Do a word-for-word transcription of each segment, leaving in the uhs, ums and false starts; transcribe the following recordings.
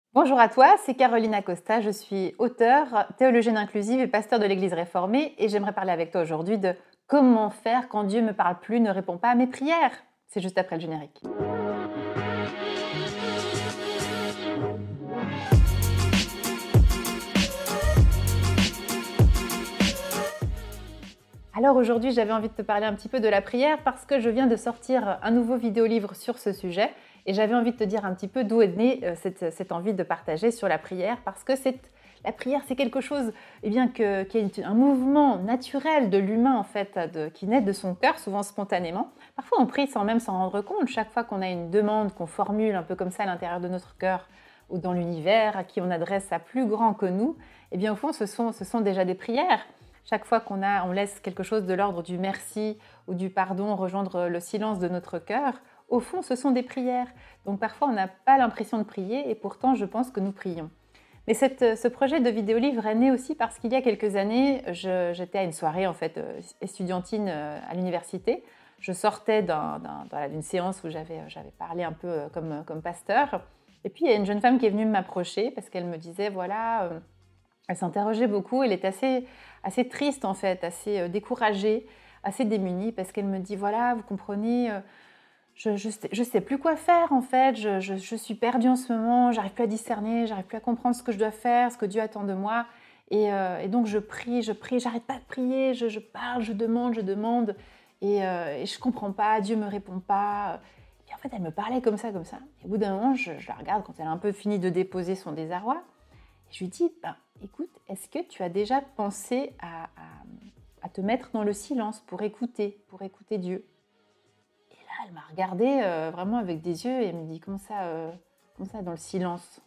Bonjour à toi, c'est Caroline Acosta, je suis auteure, théologienne inclusive et pasteur de l'Église réformée et j'aimerais parler avec toi aujourd'hui de comment faire quand Dieu ne me parle plus, ne répond pas à mes prières. C'est juste après le générique. Alors aujourd'hui, j'avais envie de te parler un petit peu de la prière parce que je viens de sortir un nouveau vidéo-livre sur ce sujet et j'avais envie de te dire un petit peu d'où est née euh, cette, cette envie de partager sur la prière parce que c'est, la prière, c'est quelque chose eh bien, que, qui est un mouvement naturel de l'humain en fait, de, qui naît de son cœur, souvent spontanément. Parfois, on prie sans même s'en rendre compte. Chaque fois qu'on a une demande qu'on formule un peu comme ça à l'intérieur de notre cœur ou dans l'univers, à qui on adresse à plus grand que nous, eh bien, au fond, ce sont, ce sont déjà des prières. Chaque fois qu'on a, on laisse quelque chose de l'ordre du merci ou du pardon rejoindre le silence de notre cœur, au fond, ce sont des prières. Donc parfois, on n'a pas l'impression de prier et pourtant, je pense que nous prions. Mais cette, ce projet de vidéo-livre est né aussi parce qu'il y a quelques années, je, j'étais à une soirée en fait estudiantine à l'université. Je sortais d'un, d'un, d'une séance où j'avais, j'avais parlé un peu comme, comme pasteur. Et puis, il y a une jeune femme qui est venue m'approcher parce qu'elle me disait, voilà... Euh, Elle s'interrogeait beaucoup, elle est assez, assez triste en fait, assez découragée, assez démunie, parce qu'elle me dit, voilà, vous comprenez, je ne je sais, je sais plus quoi faire en fait, je, je, je suis perdue en ce moment, j'arrive plus à discerner, j'arrive plus à comprendre ce que je dois faire, ce que Dieu attend de moi. Et, euh, et donc je prie, je prie, j'arrête pas de prier, je, je parle, je demande, je demande, et, euh, et je ne comprends pas, Dieu ne me répond pas. Et en fait, elle me parlait comme ça, comme ça. Et au bout d'un moment, je, je la regarde quand elle a un peu fini de déposer son désarroi, et je lui dis, ben, écoute, est-ce que tu as déjà pensé à, à, à te mettre dans le silence pour écouter, pour écouter Dieu? Et là, elle m'a regardée euh, vraiment avec des yeux et elle me dit, comment ça, euh, comment ça dans le silence?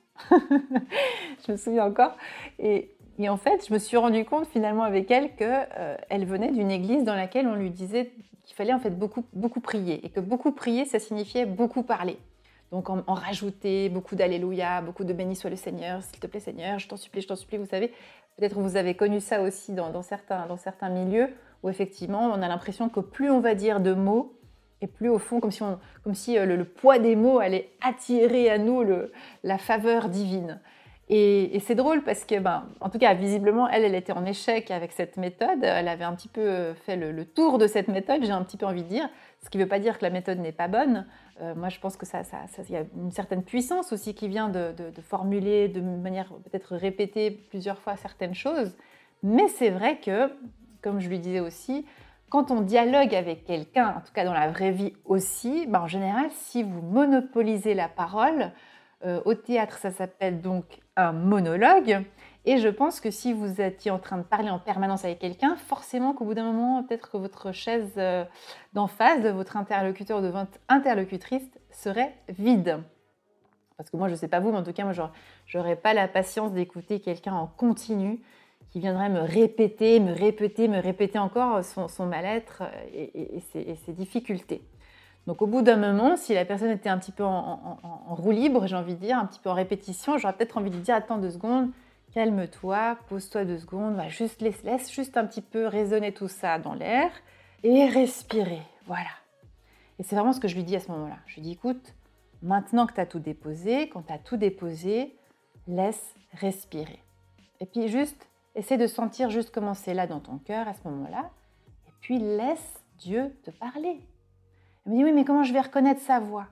Je me souviens encore. Et, et en fait, je me suis rendu compte finalement avec elle qu'elle euh, venait d'une église dans laquelle on lui disait qu'il fallait en fait beaucoup, beaucoup prier et que beaucoup prier, ça signifiait beaucoup parler. Donc en, en rajouter beaucoup d'alléluia, beaucoup de béni soit le Seigneur, s'il te plaît Seigneur, je t'en supplie, je t'en supplie, vous savez. Peut-être que vous avez connu ça aussi dans, dans, certains, dans certains milieux où effectivement on a l'impression que plus on va dire de mots, et plus au fond, comme si, on, comme si le, le poids des mots allait attirer à nous le, la faveur divine. Et, et c'est drôle parce que, ben, en tout cas, visiblement, elle, elle était en échec avec cette méthode. Elle avait un petit peu fait le, le tour de cette méthode, j'ai un petit peu envie de dire. Ce qui ne veut pas dire que la méthode n'est pas bonne. Euh, moi, je pense que ça, ça, ça, y a une certaine puissance aussi qui vient de, de, de formuler de manière peut-être répétée plusieurs fois certaines choses. Mais c'est vrai que, comme je lui disais aussi, quand on dialogue avec quelqu'un, en tout cas dans la vraie vie aussi, ben en général, si vous monopolisez la parole, euh, au théâtre, ça s'appelle donc un monologue. Et je pense que si vous étiez en train de parler en permanence avec quelqu'un, forcément qu'au bout d'un moment, peut-être que votre chaise euh, d'en face de votre interlocuteur ou de votre interlocutrice serait vide. Parce que moi, je ne sais pas vous, mais en tout cas, moi, je n'aurais pas la patience d'écouter quelqu'un en continu qui viendrait me répéter, me répéter, me répéter encore son, son mal-être et, et, et, ses, et ses difficultés. Donc au bout d'un moment, si la personne était un petit peu en, en, en roue libre, j'ai envie de dire, un petit peu en répétition, j'aurais peut-être envie de dire, attends deux secondes, calme-toi, pose-toi deux secondes, va juste, laisse, laisse juste un petit peu résonner tout ça dans l'air et respirer, voilà. Et c'est vraiment ce que je lui dis à ce moment-là. Je lui dis, écoute, maintenant que tu as tout déposé, quand tu as tout déposé, laisse respirer. Et puis juste, essaie de sentir juste comment c'est là dans ton cœur à ce moment-là. Et puis laisse Dieu te parler. Elle me dit, oui, mais comment je vais reconnaître sa voix?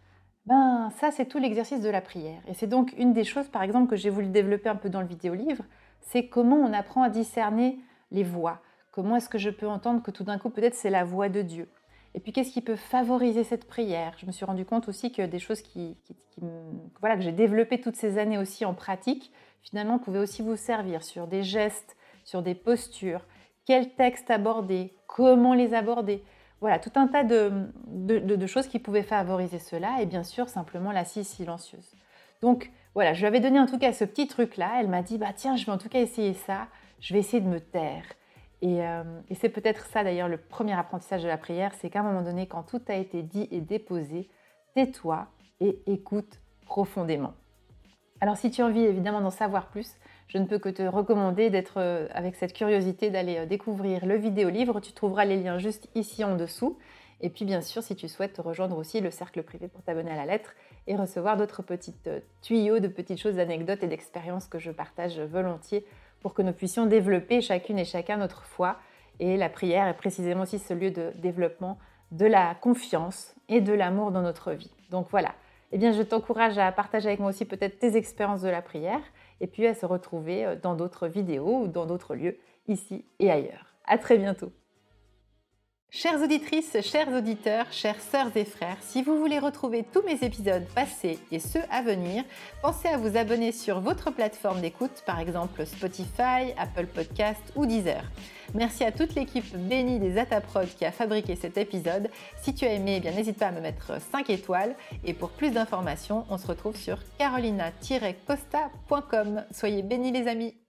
Ben, ça, c'est tout l'exercice de la prière. Et c'est donc une des choses, par exemple, que j'ai voulu développer un peu dans le vidéo-livre, c'est comment on apprend à discerner les voix. Comment est-ce que je peux entendre que tout d'un coup, peut-être, c'est la voix de Dieu? Et puis, qu'est-ce qui peut favoriser cette prière? Je me suis rendu compte aussi que des choses qui, qui, qui voilà, que j'ai développées toutes ces années aussi en pratique, finalement, pouvaient aussi vous servir sur des gestes, sur des postures, quels textes aborder, comment les aborder. Voilà, tout un tas de, de, de, de choses qui pouvaient favoriser cela et bien sûr, simplement l'assise silencieuse. Donc, voilà, je lui avais donné en tout cas ce petit truc-là. Elle m'a dit, bah tiens, je vais en tout cas essayer ça. Je vais essayer de me taire. Et, euh, et c'est peut-être ça d'ailleurs le premier apprentissage de la prière, c'est qu'à un moment donné, quand tout a été dit et déposé, tais-toi et écoute profondément. Alors si tu as envie évidemment d'en savoir plus, je ne peux que te recommander d'être avec cette curiosité d'aller découvrir le vidéo-livre. Tu trouveras les liens juste ici en dessous. Et puis bien sûr, si tu souhaites te rejoindre aussi le cercle privé pour t'abonner à la lettre, et recevoir d'autres petits tuyaux, de petites choses, d'anecdotes et d'expériences que je partage volontiers pour que nous puissions développer chacune et chacun notre foi. Et la prière est précisément aussi ce lieu de développement de la confiance et de l'amour dans notre vie. Donc voilà, eh bien, je t'encourage à partager avec moi aussi peut-être tes expériences de la prière et puis à se retrouver dans d'autres vidéos ou dans d'autres lieux, ici et ailleurs. À très bientôt. Chères auditrices, chers auditeurs, chères sœurs et frères, si vous voulez retrouver tous mes épisodes passés et ceux à venir, pensez à vous abonner sur votre plateforme d'écoute, par exemple Spotify, Apple Podcast ou Deezer. Merci à toute l'équipe bénie des Ataprod qui a fabriqué cet épisode. Si tu as aimé, eh bien n'hésite pas à me mettre cinq étoiles. Et pour plus d'informations, on se retrouve sur carolina tiret costa point com. Soyez bénis les amis.